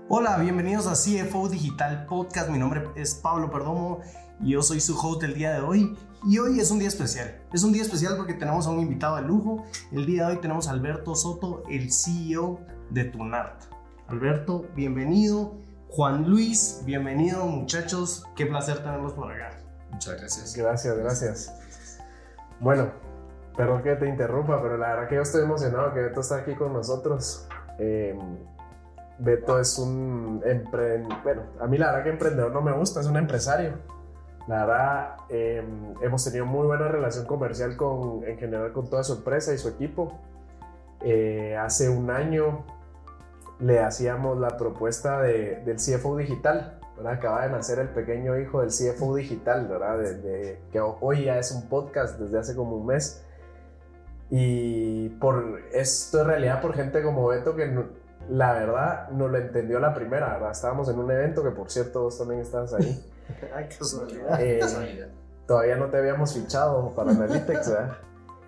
Hola, bienvenidos a CFO Digital Podcast. Mi nombre es Pablo Perdomo y yo soy su host del día de hoy. Y hoy es un día especial. Es un día especial porque tenemos a un invitado de lujo. El día de hoy tenemos a Alberto Soto, el CEO de Tunart. Alberto, bienvenido. Juan Luis, bienvenido, muchachos. Qué placer tenerlos por acá. Muchas gracias. Gracias. Bueno, perdón que te interrumpa, pero la verdad que yo estoy emocionado que Beto está aquí con nosotros. Beto es un bueno, a mí la verdad que emprendedor no me gusta, es un empresario. La verdad, hemos tenido muy buena relación comercial en general con toda su empresa y su equipo. Hace un año le hacíamos la propuesta del CFO Digital, ¿verdad? Acaba de nacer el pequeño hijo del CFO Digital, ¿verdad? Que hoy ya es un podcast desde hace como un mes. Y esto en realidad por gente como Beto que la verdad no lo entendió la primera, ¿verdad? Estábamos en un evento que por cierto vos también estabas ahí. Ay, qué casualidad. Todavía no te habíamos fichado para Analytics, ¿verdad?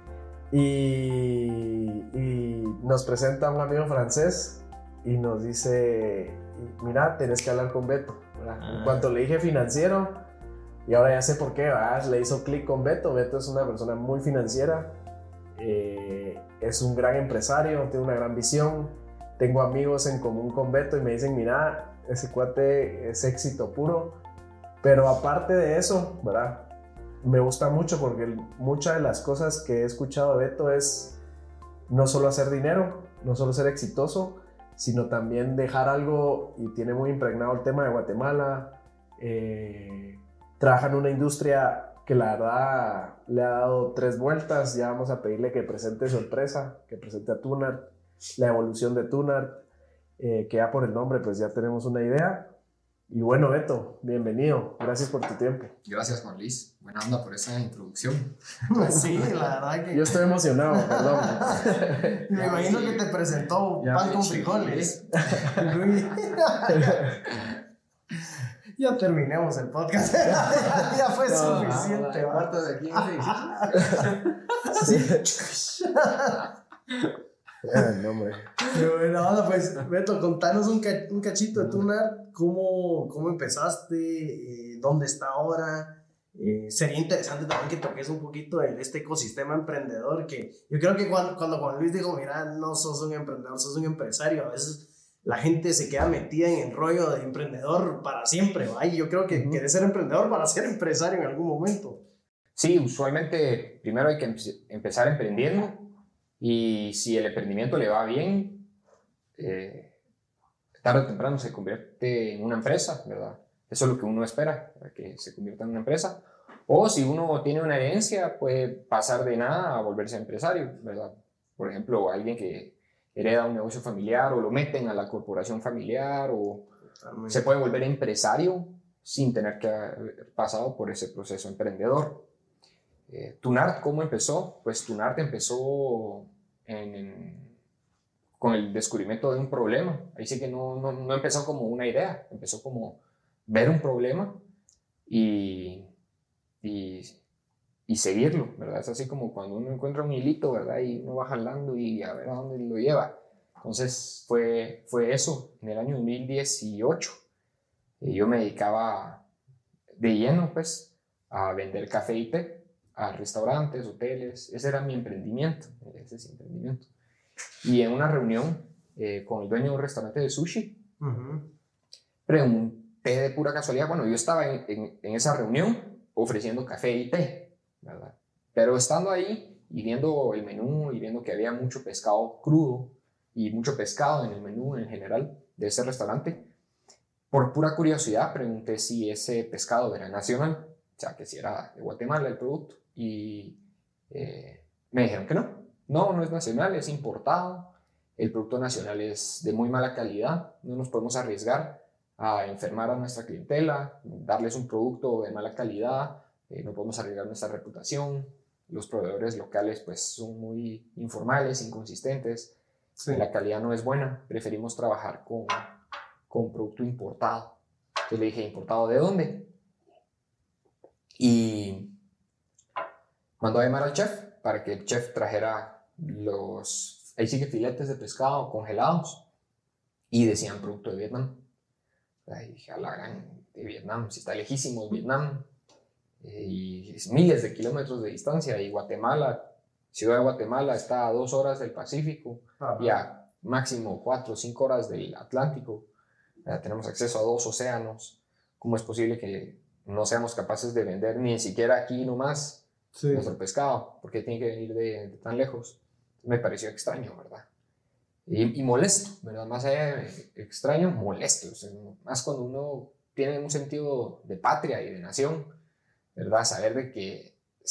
Y nos presenta un amigo francés y nos dice, mira, tenés que hablar con Beto, ¿verdad? En cuanto le dije financiero, y ahora ya sé por qué, ¿verdad? Le hizo clic con Beto. Beto es una persona muy financiera, es un gran empresario, tiene una gran visión. Tengo amigos en común con Beto y me dicen, mira, ese cuate es éxito puro. Pero aparte de eso, ¿verdad? Me gusta mucho porque muchas de las cosas que he escuchado de Beto es no solo hacer dinero, no solo ser exitoso, sino también dejar algo, y tiene muy impregnado el tema de Guatemala. Trabaja en una industria que la verdad le ha dado 3 vueltas. Ya vamos a pedirle que presente su empresa, que presente a Tunart, la evolución de Tunart, que ya por el nombre pues ya tenemos una idea. Y bueno, Beto, bienvenido, gracias por tu tiempo. Gracias, Juan Luis, buena onda por esa introducción. Sí, la verdad que... Yo estoy emocionado, perdón. Me imagino que te presentó pan con frijoles. Ya terminemos el podcast. Ya fue suficiente. ¿Cuántos de aquí? Sí. No, hombre. Bueno, pues Beto, contanos un cachito de Tunart. ¿Cómo empezaste? ¿Dónde está ahora? Sería interesante también que toques un poquito de este ecosistema emprendedor, que yo creo que cuando Juan Luis dijo, mira, no sos un emprendedor, sos un empresario, a veces la gente se queda metida en el rollo de emprendedor para siempre, ¿va? Y yo creo que querés ser emprendedor para ser empresario en algún momento. Sí, usualmente primero hay que empezar emprendiendo, y si el emprendimiento le va bien, tarde o temprano se convierte en una empresa, ¿verdad? Eso es lo que uno espera, que se convierta en una empresa. O si uno tiene una herencia, puede pasar de nada a volverse empresario, ¿verdad? Por ejemplo, alguien que hereda un negocio familiar o lo meten a la corporación familiar, o se puede volver empresario sin tener que haber pasado por ese proceso emprendedor. Tunart, ¿cómo empezó? Pues Tunart empezó con el descubrimiento de un problema. Ahí sí que no empezó como una idea, empezó como ver un problema y seguirlo, ¿verdad? Es así como cuando uno encuentra un hilito, ¿verdad? Y uno va jalando y a ver a dónde lo lleva. Entonces fue eso. En el año 2018 yo me dedicaba de lleno pues a vender café y té a restaurantes, hoteles. Ese era mi emprendimiento, Y en una reunión con el dueño de un restaurante de sushi, pregunté de pura casualidad, bueno, yo estaba en esa reunión ofreciendo café y té, ¿verdad? Pero estando ahí y viendo el menú y viendo que había mucho pescado crudo y mucho pescado en el menú en general de ese restaurante, por pura curiosidad pregunté si ese pescado era nacional, o sea, que si era de Guatemala el producto, y me dijeron que no es nacional, es importado, el producto nacional es de muy mala calidad, no nos podemos arriesgar a enfermar a nuestra clientela, darles un producto de mala calidad, no podemos arriesgar nuestra reputación, los proveedores locales pues son muy informales, inconsistentes, sí. La calidad no es buena, preferimos trabajar con producto importado. Entonces le dije, ¿importado de dónde? Y mandó a llamar al chef para que el chef trajera ahí sí que filetes de pescado congelados, y decían producto de Vietnam. Y dije, a la gran, de Vietnam, si está lejísimo Vietnam, y es miles de kilómetros de distancia, y Guatemala, Ciudad de Guatemala está a 2 horas del Pacífico, y a máximo 4 o 5 horas del Atlántico. Tenemos acceso a 2 océanos. ¿Cómo es posible que no seamos capaces de vender ni siquiera aquí nomás nuestro pescado? Porque tiene que venir de tan lejos. Me pareció extraño, ¿verdad? Y molesto, ¿verdad? Más allá de extraño, molesto. O sea, más cuando uno tiene un sentido de patria y de nación, ¿verdad? Saber de que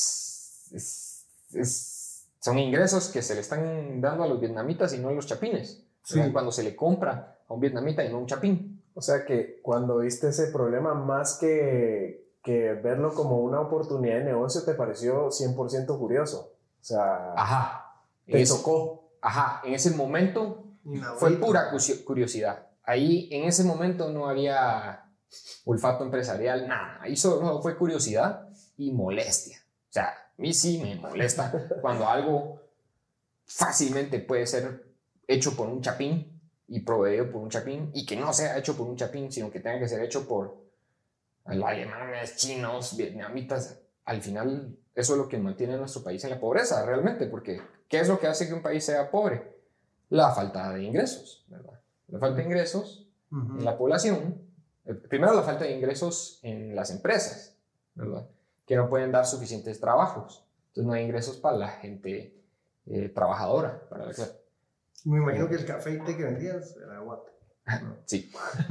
son ingresos que se le están dando a los vietnamitas y no a los chapines. Cuando se le compra a un vietnamita y no a un chapín. O sea que cuando viste ese problema, más que verlo como una oportunidad de negocio, te pareció 100% curioso. O sea, te tocó. En ese momento fue pura curiosidad. Ahí, en ese momento, no había olfato empresarial, nada. Ahí solo fue curiosidad y molestia. O sea, a mí sí me molesta cuando algo fácilmente puede ser hecho por un chapín y proveído por un chapín, y que no sea hecho por un chapín, sino que tenga que ser hecho por alemanes, chinos, vietnamitas. Al final, eso es lo que mantiene a nuestro país en la pobreza, realmente, porque ¿qué es lo que hace que un país sea pobre? La falta de ingresos, ¿verdad? La falta de ingresos en la población. Primero, la falta de ingresos en las empresas, ¿verdad? Que no pueden dar suficientes trabajos. Entonces, no hay ingresos para la gente trabajadora, para la clase. Me imagino que el café y té que vendías era guate. Sí.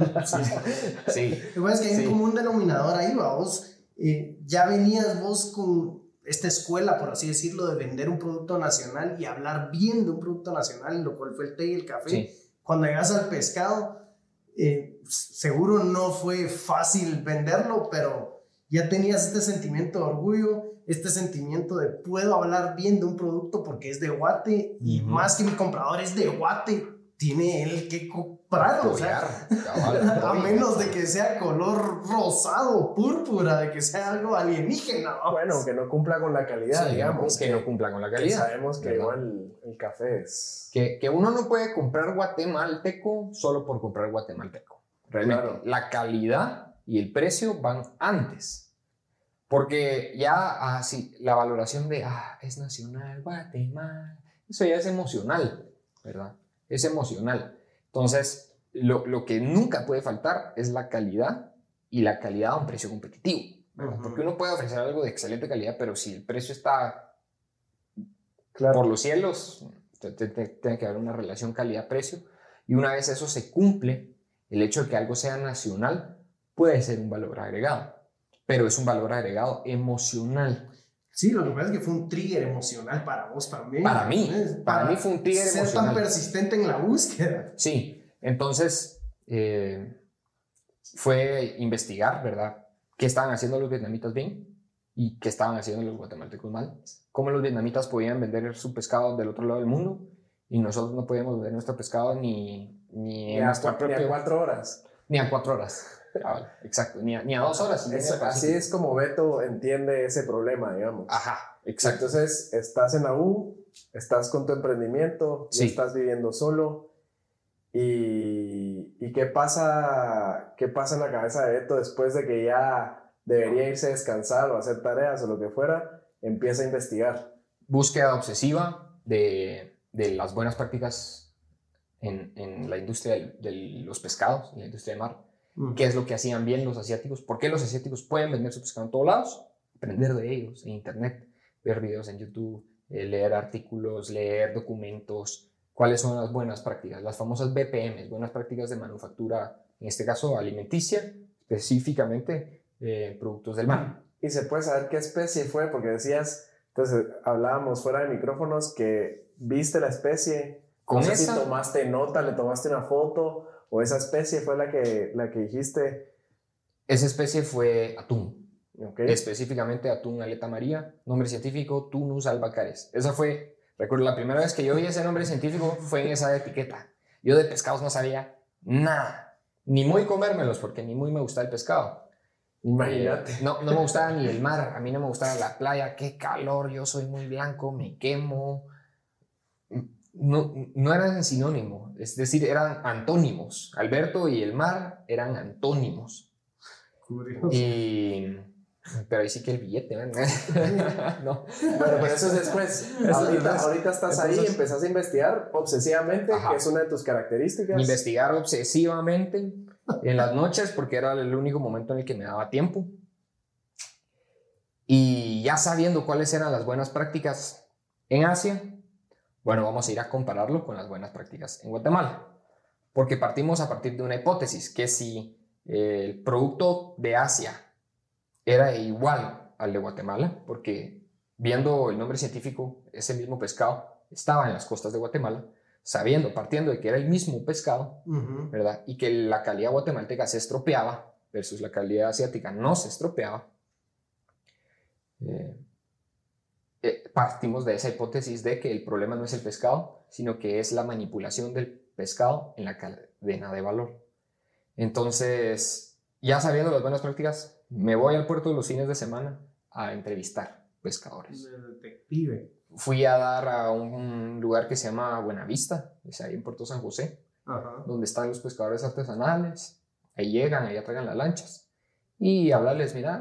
Sí. Lo que pasa es que hay un común denominador ahí, vos. Ya venías vos con esta escuela, por así decirlo, de vender un producto nacional y hablar bien de un producto nacional, lo cual fue el té y el café. Sí. Cuando llegas al pescado, seguro no fue fácil venderlo, pero ya tenías este sentimiento de orgullo, este sentimiento de puedo hablar bien de un producto porque es de Guate, y más que mi comprador es de Guate, tiene él que comprarlo, o sea, a menos de que sea color rosado, púrpura, de que sea algo alienígena. Bueno, que no cumpla con la calidad, digamos. Que no cumpla con la calidad. Sabemos que igual el café es... Que uno no puede comprar guatemalteco solo por comprar guatemalteco. Realmente, la calidad y el precio van antes. Porque ya la valoración de, es nacional, Guatemala, eso ya es emocional, ¿verdad? Es emocional. Entonces, lo que nunca puede faltar es la calidad, y la calidad a un precio competitivo, ¿verdad? Porque uno puede ofrecer algo de excelente calidad, pero si el precio está por los cielos, tiene que haber una relación calidad-precio, y una vez eso se cumple, el hecho de que algo sea nacional puede ser un valor agregado. Pero es un valor agregado emocional. Sí, lo que pasa es que fue un trigger emocional para vos también. Para mí fue un trigger emocional. Ser tan persistente en la búsqueda. Sí, entonces fue investigar, ¿verdad? ¿Qué estaban haciendo los vietnamitas bien y qué estaban haciendo los guatemaltecos mal? ¿Cómo los vietnamitas podían vender su pescado del otro lado del mundo y nosotros no podíamos vender nuestro pescado ni en nuestra propia... Ni a 4 horas. Ni a 4 horas. Exacto, ni a 2 horas. Así es como Beto entiende ese problema, digamos. Exacto. Entonces, estás en la U, estás con tu emprendimiento, ya estás viviendo solo. ¿Y qué pasa en la cabeza de Beto después de que ya debería irse a descansar o hacer tareas o lo que fuera? Empieza a investigar. Búsqueda obsesiva de las buenas prácticas en la industria de los pescados, en la industria del mar. ¿Qué es lo que hacían bien los asiáticos? ¿Por qué los asiáticos pueden vender su pescado en todos lados? Aprender de ellos en internet, ver videos en YouTube, leer artículos, leer documentos. ¿Cuáles son las buenas prácticas? Las famosas BPMs, buenas prácticas de manufactura, en este caso alimenticia, específicamente productos del mar. ¿Y se puede saber qué especie fue? Porque decías, entonces hablábamos fuera de micrófonos que viste la especie, con no sé esa... si tomaste nota, le tomaste una foto... ¿O esa especie fue la que dijiste? Esa especie fue atún. Okay. Específicamente atún aleta maría, nombre científico Tunus albacares. Esa fue, recuerdo, la primera vez que yo vi ese nombre científico fue en esa etiqueta. Yo de pescados no sabía nada, ni muy comérmelos, porque ni muy me gustaba el pescado. Imagínate. No me gustaba ni el mar, a mí no me gustaba la playa, qué calor, yo soy muy blanco, me quemo. no eran sinónimo, es decir, eran antónimos. Alberto y el mar eran antónimos. Curioso. Pero ahí sí que el billete, ¿verdad? No. Bueno, pero eso es después. Ahorita estás ahí y empezás a investigar obsesivamente, Ajá. que es una de tus características. Investigar obsesivamente en las noches porque era el único momento en el que me daba tiempo. Y ya sabiendo cuáles eran las buenas prácticas en Asia, bueno, vamos a ir a compararlo con las buenas prácticas en Guatemala. Porque partimos a partir de una hipótesis, que si el producto de Asia era igual al de Guatemala, porque viendo el nombre científico, ese mismo pescado estaba en las costas de Guatemala, partiendo de que era el mismo pescado, ¿verdad? Y que la calidad guatemalteca se estropeaba versus la calidad asiática no se estropeaba, partimos de esa hipótesis de que el problema no es el pescado, sino que es la manipulación del pescado en la cadena de valor. Entonces, ya sabiendo las buenas prácticas, me voy al puerto los fines de semana a entrevistar pescadores. De detective. Fui a dar a un lugar que se llama Buenavista, es ahí en Puerto San José, Ajá. donde están los pescadores artesanales. Ahí llegan, allá traigan las lanchas y hablarles, mira,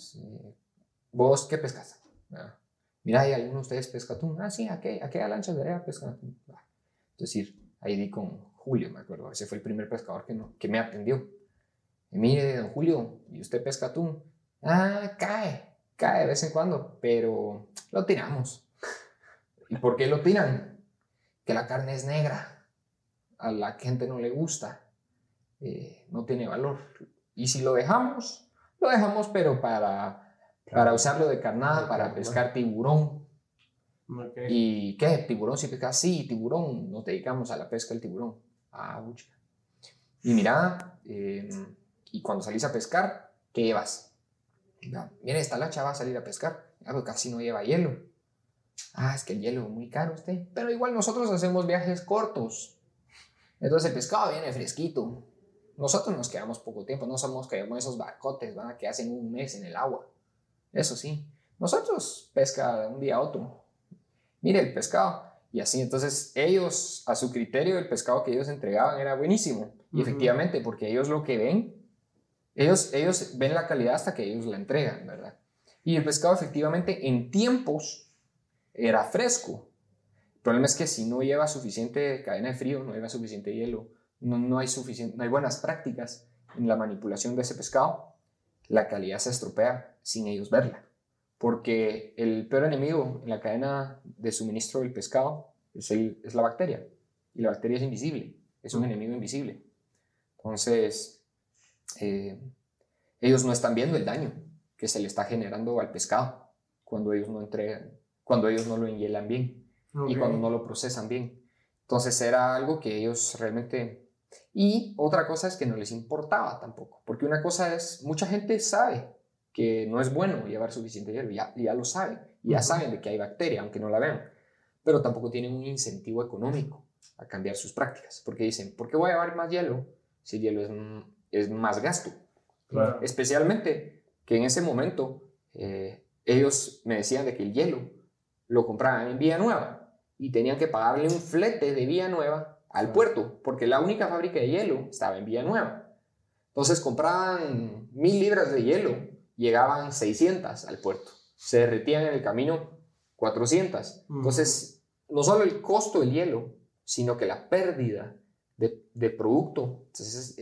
vos ¿qué pescas? Mira, ¿y alguno de ustedes pesca atún? Ah, sí, aquella lancha de allá pesca atún. Es decir, ahí di con Julio, me acuerdo, ese fue el primer pescador que me atendió. Y mire, don Julio, ¿y usted pesca atún? Ah, cae de vez en cuando, pero lo tiramos. ¿Y por qué lo tiran? Que la carne es negra, a la gente no le gusta, no tiene valor. Y si lo dejamos pero para usarlo de carnada, para pescar tiburón. Okay. ¿Y qué? ¿Tiburón? Si pescas, sí, tiburón, nos dedicamos a la pesca del tiburón. Ah, bucha. Y mira, y cuando salís a pescar, ¿qué llevas? Mira, esta lancha va a salir a pescar, pero casi no lleva hielo. Ah, es que el hielo es muy caro usted. Pero igual nosotros hacemos viajes cortos. Entonces el pescado viene fresquito. Nosotros nos quedamos poco tiempo, no somos que esos barcotes, ¿verdad? Que hacen un mes en el agua. Eso sí, nosotros pesca de un día a otro. Mire el pescado. Y así, entonces ellos, a su criterio, el pescado que ellos entregaban era buenísimo. Y efectivamente, porque ellos lo que ven, ellos ven la calidad hasta que ellos la entregan, ¿verdad? Y el pescado efectivamente en tiempos era fresco. El problema es que si no lleva suficiente cadena de frío, no lleva suficiente hielo, no hay buenas prácticas en la manipulación de ese pescado, la calidad se estropea sin ellos verla. Porque el peor enemigo en la cadena de suministro del pescado es la bacteria. Y la bacteria es invisible, es un enemigo invisible. Entonces, ellos no están viendo el daño que se le está generando al pescado cuando ellos no lo enhielan bien y cuando no lo procesan bien. Entonces era algo que ellos realmente... Y otra cosa es que no les importaba tampoco, porque una cosa es, mucha gente sabe que no es bueno llevar suficiente hielo, ya lo saben, ya saben de que hay bacteria, aunque no la vean, pero tampoco tienen un incentivo económico a cambiar sus prácticas, porque dicen, ¿por qué voy a llevar más hielo si el hielo es más gasto? Claro. Especialmente que en ese momento ellos me decían de que el hielo lo compraban en Villanueva y tenían que pagarle un flete de Villanueva al puerto, porque la única fábrica de hielo estaba en Villanueva. Entonces compraban 1000 libras de hielo, llegaban 600 al puerto, se derretían en el camino 400. Entonces, no solo el costo del hielo, sino que la pérdida de producto, entonces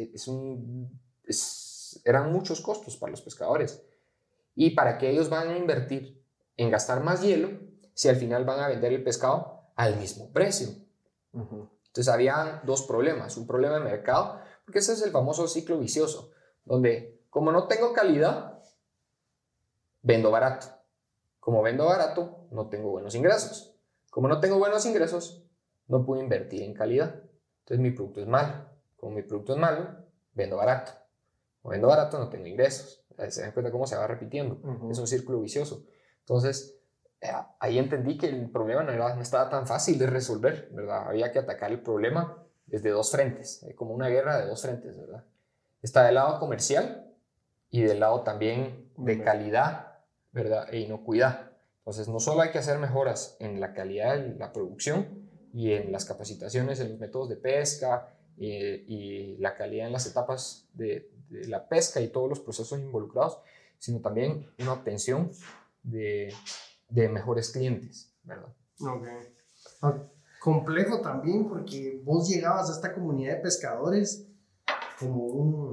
eran muchos costos para los pescadores. ¿Y para qué ellos van a invertir en gastar más hielo si al final van a vender el pescado al mismo precio? Entonces había dos problemas, un problema de mercado, porque ese es el famoso ciclo vicioso, donde como no tengo calidad, vendo barato. Como vendo barato, no tengo buenos ingresos. Como no tengo buenos ingresos, no puedo invertir en calidad. Entonces mi producto es malo. Como mi producto es malo, vendo barato. Como vendo barato, no tengo ingresos. ¿Se dan cuenta cómo se va repitiendo? Es un círculo vicioso. Entonces, ahí entendí que el problema no estaba tan fácil de resolver, ¿verdad? Había que atacar el problema desde dos frentes, como una guerra de dos frentes, ¿verdad? Está del lado comercial y del lado también de calidad, ¿verdad? E inocuidad. Entonces, no solo hay que hacer mejoras en la calidad de la producción, y en las capacitaciones, en los métodos de pesca y la calidad en las etapas de la pesca y todos los procesos involucrados, sino también una obtención de mejores clientes, ¿verdad? Ok. Complejo también porque vos llegabas a esta comunidad de pescadores como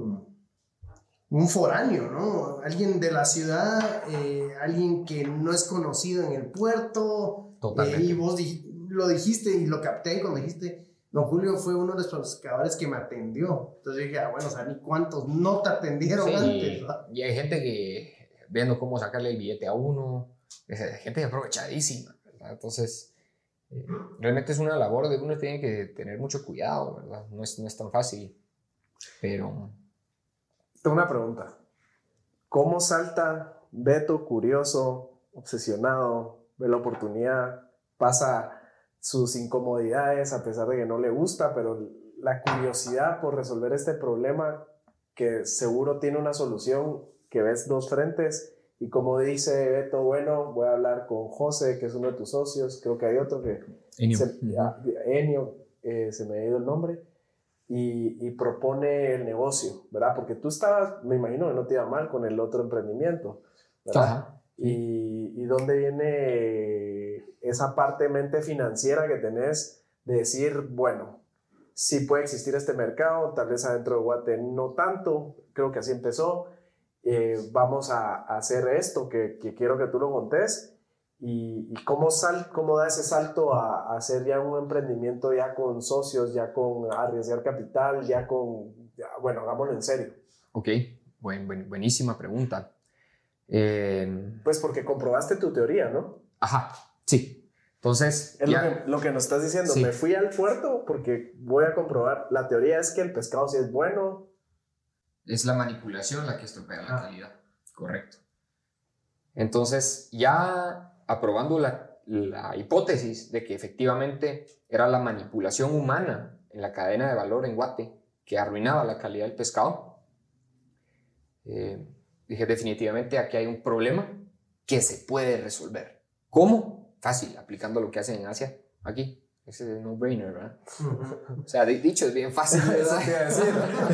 un foráneo, ¿no? Alguien de la ciudad, alguien que no es conocido en el puerto. Totalmente. Y vos lo dijiste y lo capté ahí cuando dijiste, don Julio fue uno de los pescadores que me atendió. Entonces dije, bueno, o sea, ni cuántos no te atendieron antes, ¿no? Y hay gente que, viendo cómo sacarle el billete a uno, gente aprovechadísima, ¿verdad? Entonces, realmente es una labor de uno tiene que tener mucho cuidado, ¿verdad? No es tan fácil, pero... Tengo una pregunta. ¿Cómo salta Beto, curioso, obsesionado, ve la oportunidad, pasa sus incomodidades a pesar de que no le gusta, pero la curiosidad por resolver este problema que seguro tiene una solución, que ves dos frentes, y como dice Beto, bueno, voy a hablar con José, que es uno de tus socios, creo que hay otro que... Enio, se me ha ido el nombre, y propone el negocio, ¿verdad? Porque tú estabas, me imagino que no te iba mal con el otro emprendimiento, ¿verdad? Ajá. ¿Y dónde viene esa parte mente financiera que tenés de decir, bueno, sí puede existir este mercado, tal vez adentro de Guate no tanto, creo que así empezó, vamos a hacer esto que quiero que tú lo contés, y cómo da ese salto a hacer ya un emprendimiento ya con socios, ya con arriesgar capital, bueno, hagámoslo en serio? Ok, buenísima pregunta. Pues porque comprobaste tu teoría, ¿no? Ajá, sí. Entonces... Es lo que nos estás diciendo. Sí. Me fui al puerto porque voy a comprobar. La teoría es que el pescado sí es bueno. Es la manipulación la que estropea la calidad. Correcto. Entonces, ya aprobando la hipótesis de que efectivamente era la manipulación humana en la cadena de valor en Guate que arruinaba la calidad del pescado, dije, definitivamente aquí hay un problema que se puede resolver. ¿Cómo? Fácil, aplicando lo que hacen en Asia, aquí. Ese es no-brainer, ¿verdad? O sea, dicho es bien fácil, ¿verdad? Eso te iba a decir.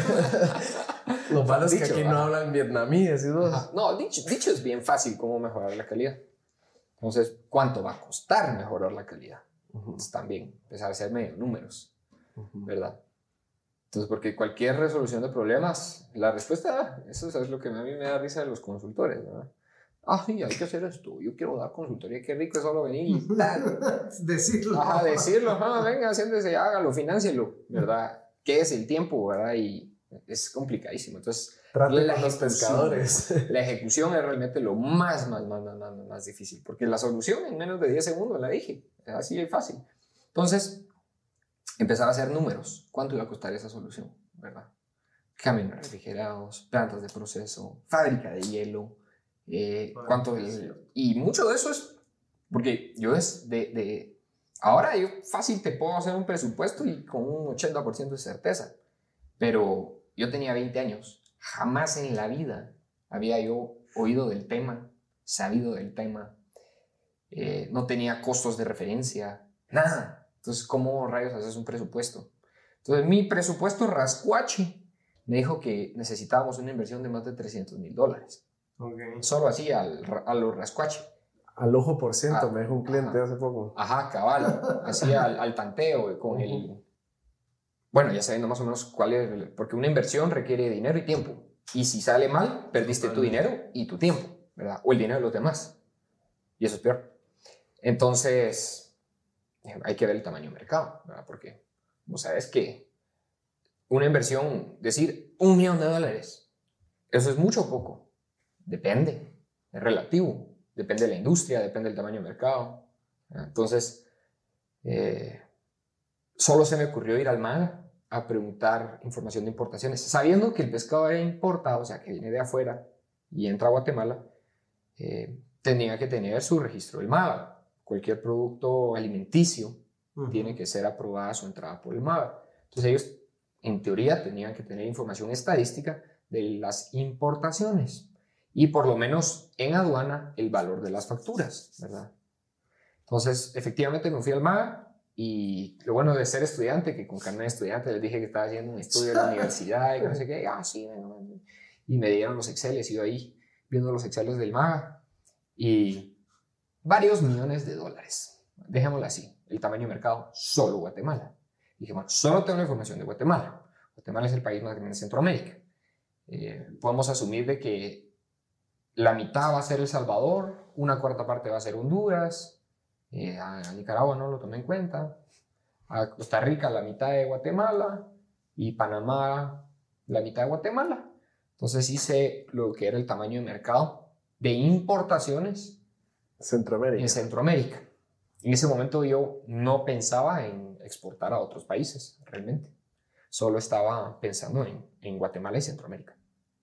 Lo malo es que aquí no hablan vietnamí, decís vos. No, dicho es bien fácil cómo mejorar la calidad. Entonces, ¿cuánto va a costar mejorar la calidad? Entonces, también empezar a hacer medio números, ¿verdad? Entonces, porque cualquier resolución de problemas, la respuesta, eso es lo que a mí me da risa de los consultores, ¿verdad? Sí, hay que hacer esto, yo quiero dar consultoría, qué rico es solo venir y tal. Decirlo. Decirlo, venga, siéntese, hágalo, financielo, ¿verdad? ¿Qué es el tiempo, verdad? Y es complicadísimo. Entonces, los pescadores. La ejecución es realmente lo más difícil, porque la solución en menos de 10 segundos la dije, así de fácil. Entonces, empezar a hacer números. ¿Cuánto iba a costar esa solución, verdad? Camiones refrigerados, plantas de proceso, fábrica de hielo, cuánto y mucho de eso es porque yo ahora yo fácil te puedo hacer un presupuesto y con un 80% de certeza, pero yo tenía 20 años, jamás en la vida había yo oído del tema, sabido del tema, no tenía costos de referencia, nada. Entonces, ¿cómo rayos haces un presupuesto? Entonces, mi presupuesto rascuache me dijo que necesitábamos una inversión de más de $300,000. Okay. Solo así a los rascuache. Al ojo por ciento, me dijo un cliente hace poco. Ajá, cabal. Así al tanteo con el... Bueno, ya sabiendo más o menos cuál es... Porque una inversión requiere dinero y tiempo. Y si sale mal, perdiste tu dinero y tu tiempo, ¿verdad? O el dinero de los demás. Y eso es peor. Entonces, hay que ver el tamaño del mercado, ¿verdad? Porque vos sabes que una inversión, decir $1 millón, ¿eso es mucho o poco? Depende, es relativo, depende de la industria, depende del tamaño del mercado. Entonces, solo se me ocurrió ir al MAGA a preguntar información de importaciones, sabiendo que el pescado era importado, o sea, que viene de afuera y entra a Guatemala, tenía que tener su registro del MAGA. Cualquier producto alimenticio tiene que ser aprobada su entrada por el MAGA. Entonces ellos, en teoría, tenían que tener información estadística de las importaciones y por lo menos en aduana el valor de las facturas, ¿verdad? Entonces, efectivamente me fui al MAGA, Y lo bueno de ser estudiante, que con carnet de estudiante les dije que estaba haciendo un estudio en la universidad y no sé qué, sí, bueno, y me dieron los Exceles, y yo ahí viendo los Exceles del MAGA y varios millones de dólares, dejémoslo así, el tamaño de mercado, solo Guatemala. Dije, bueno, solo tengo la información de Guatemala. Guatemala es el país más grande de Centroamérica. Podemos asumir de que la mitad va a ser El Salvador, una cuarta parte va a ser Honduras, a Nicaragua no lo tomé en cuenta, a Costa Rica la mitad de Guatemala y Panamá la mitad de Guatemala. Entonces hice lo que era el tamaño de mercado de importaciones en Centroamérica. En ese momento yo no pensaba en exportar a otros países, realmente. Solo estaba pensando en Guatemala y Centroamérica.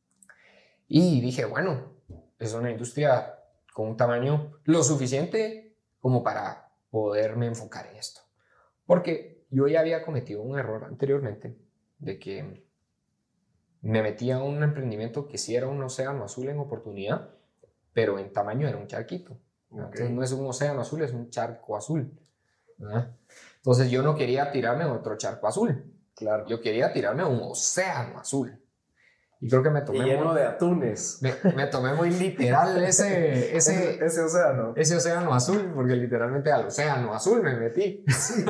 Y dije, bueno, es una industria con un tamaño lo suficiente como para poderme enfocar en esto. Porque yo ya había cometido un error anteriormente de que me metí a un emprendimiento que sí era un océano azul en oportunidad, pero en tamaño era un charquito. Entonces no es un océano azul, es un charco azul, ¿verdad? Entonces yo no quería tirarme a otro charco azul. Claro. Yo quería tirarme a un océano azul. Y creo que me tomé... Y lleno de atunes. Me tomé muy literal ese océano. Ese océano azul, porque literalmente al océano azul me metí. Sí.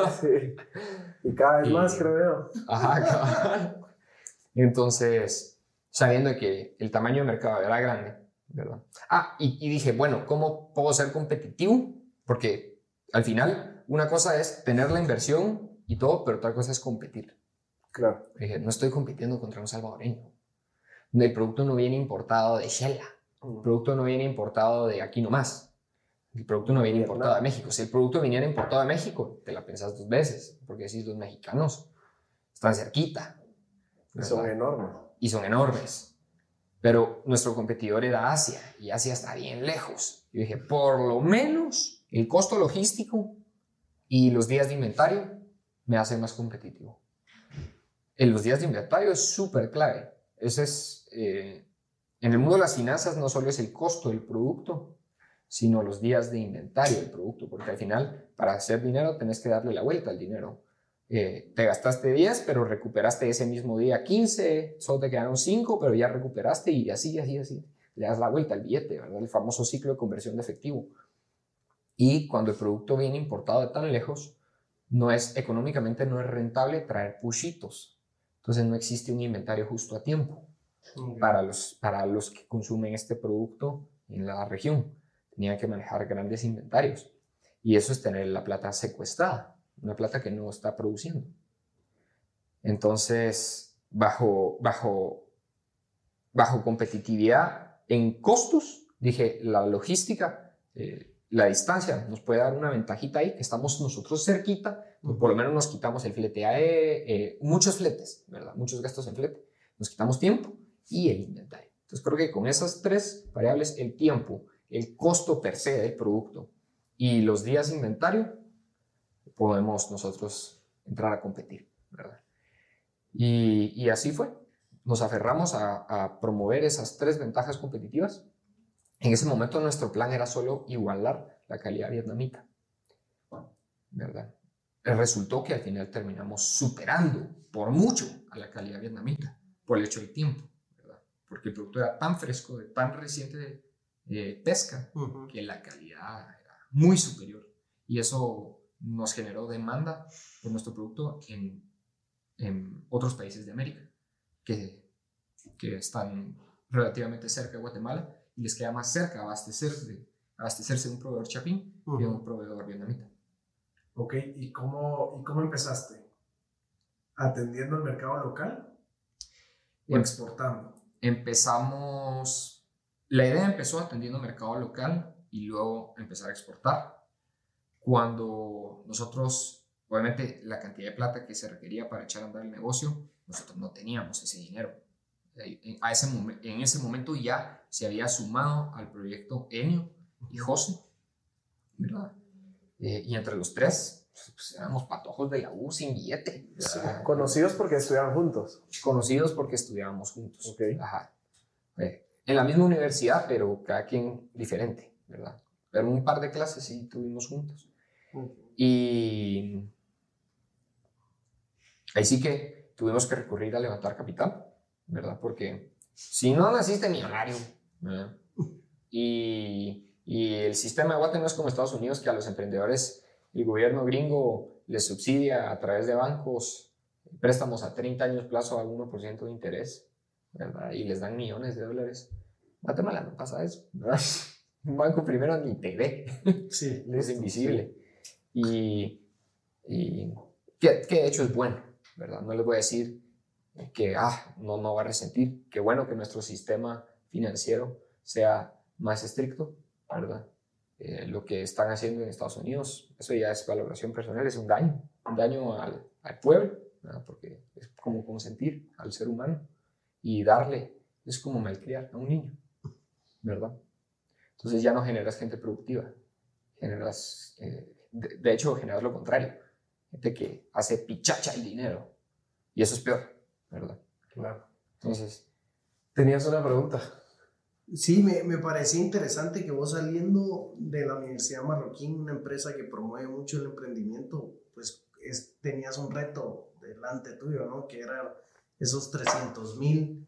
Y cada vez más, creo yo. Ajá, cabal. Entonces, sabiendo que el tamaño de mercado era grande, ¿verdad? Y dije, bueno, ¿cómo puedo ser competitivo? Porque al final, una cosa es tener la inversión y todo, pero otra cosa es competir. Claro. Dije, no estoy compitiendo contra un salvadoreño. El producto no viene importado de Shela. El producto no viene importado de aquí nomás. El producto no viene importado de México. Si el producto viniera importado de México, te la pensás dos veces, porque decís, los mexicanos están cerquita. Y son enormes. Y son enormes. Pero nuestro competidor era Asia, y Asia está bien lejos. Yo dije, por lo menos el costo logístico y los días de inventario me hacen más competitivo. En los días de inventario es súper clave. Ese es, en el mundo de las finanzas no solo es el costo del producto, sino los días de inventario del producto, porque al final, para hacer dinero, tenés que darle la vuelta al dinero. Te gastaste 10, pero recuperaste ese mismo día 15, solo te quedaron 5, pero ya recuperaste y así. Le das la vuelta al billete, ¿verdad? El famoso ciclo de conversión de efectivo. Y cuando el producto viene importado de tan lejos, económicamente no es rentable traer pushitos. Entonces no existe un inventario justo a tiempo para los que consumen este producto en la región. Tenían que manejar grandes inventarios. Y eso es tener la plata secuestrada, una plata que no está produciendo. Entonces, bajo competitividad en costos, dije, la logística, la distancia nos puede dar una ventajita ahí, que estamos nosotros cerquita, por lo menos nos quitamos el flete AE, muchos fletes, ¿verdad? Muchos gastos en flete, nos quitamos tiempo y el inventario. Entonces creo que con esas tres variables, el tiempo, el costo per se del producto y los días de inventario, podemos nosotros entrar a competir, ¿verdad? Y así fue. Nos aferramos a promover esas tres ventajas competitivas. En ese momento nuestro plan era solo igualar la calidad vietnamita, ¿verdad? Resultó que al final terminamos superando por mucho a la calidad vietnamita por el hecho del tiempo, ¿verdad? Porque el producto era tan fresco, de tan reciente pesca, que la calidad era muy superior. Y eso nos generó demanda por nuestro producto en otros países de América que están relativamente cerca de Guatemala y les queda más cerca abastecerse de un proveedor chapín que de un proveedor vietnamita. Ok, ¿y cómo empezaste? ¿Atendiendo el mercado local o exportando? La idea empezó atendiendo el mercado local y luego empezar a exportar. Cuando nosotros, obviamente la cantidad de plata que se requería para echar a andar el negocio, nosotros no teníamos ese dinero. En ese momento ya se había sumado al proyecto Enio y José, ¿verdad? Y entre los tres, pues éramos patojos de la U sin billete. Sí. Conocidos porque estudiaban juntos. Conocidos porque estudiábamos juntos. Okay. Ajá. En la misma universidad, pero cada quien diferente, ¿verdad? Pero un par de clases sí tuvimos juntos. Y ahí sí que tuvimos que recurrir a levantar capital, ¿verdad? Porque si no naciste millonario, ¿verdad? Y el sistema de Guate no es como Estados Unidos, que a los emprendedores el gobierno gringo les subsidia a través de bancos préstamos a 30 años plazo a 1% de interés, ¿verdad? Y les dan millones de dólares. Guatemala no pasa eso, ¿verdad? Un banco primero ni te ve, Sí, es invisible. Y que de hecho es bueno, ¿verdad? No les voy a decir que no va a resentir. Qué bueno que nuestro sistema financiero sea más estricto, ¿verdad? Lo que están haciendo en Estados Unidos, eso ya es valoración personal, es un daño al pueblo, ¿verdad? Porque es como consentir al ser humano y darle, es como malcriar a un niño, ¿verdad? Entonces ya no generas gente productiva, generas, de hecho generas lo contrario, gente que hace pichacha el dinero, y eso es peor, ¿verdad? Claro. Entonces, ¿tenías una pregunta? Sí, me parecía interesante que vos saliendo de la Universidad Marroquín, una empresa que promueve mucho el emprendimiento, pues tenías un reto delante tuyo, ¿no? Que eran esos 300,000.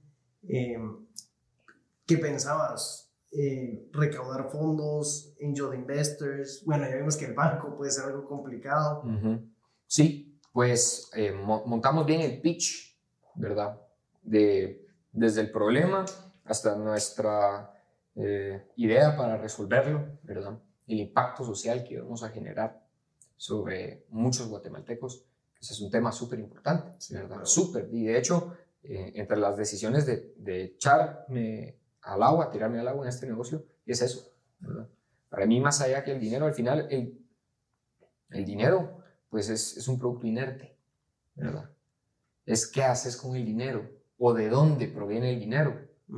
¿Qué pensabas? Recaudar fondos, angel investors. Bueno, ya vimos que el banco puede ser algo complicado. Sí, pues montamos bien el pitch, ¿verdad? Desde el problema hasta nuestra idea para resolverlo, ¿verdad? El impacto social que vamos a generar sobre muchos guatemaltecos. Ese es un tema súper importante, ¿verdad? Claro. Súper. Y de hecho, entre las decisiones de echarme al agua, tirarme al agua en este negocio, es eso, ¿verdad? Para mí, más allá que el dinero, al final, el dinero, pues es un producto inerte, ¿verdad? Es qué haces con el dinero o de dónde proviene el dinero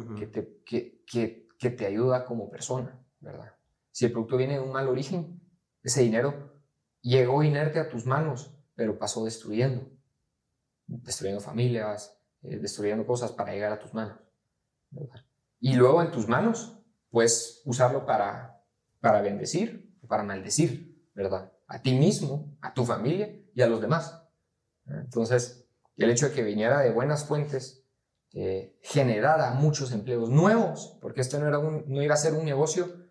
que te ayuda como persona, ¿verdad? Si el producto viene de un mal origen, ese dinero llegó inerte a tus manos, pero pasó destruyendo familias, destruyendo cosas para llegar a tus manos, ¿verdad? Y luego en tus manos puedes usarlo para bendecir o para maldecir, ¿verdad? A ti mismo, a tu familia y a los demás. Entonces, el hecho de que viniera de buenas fuentes generara muchos empleos nuevos, porque esto no iba a ser un negocio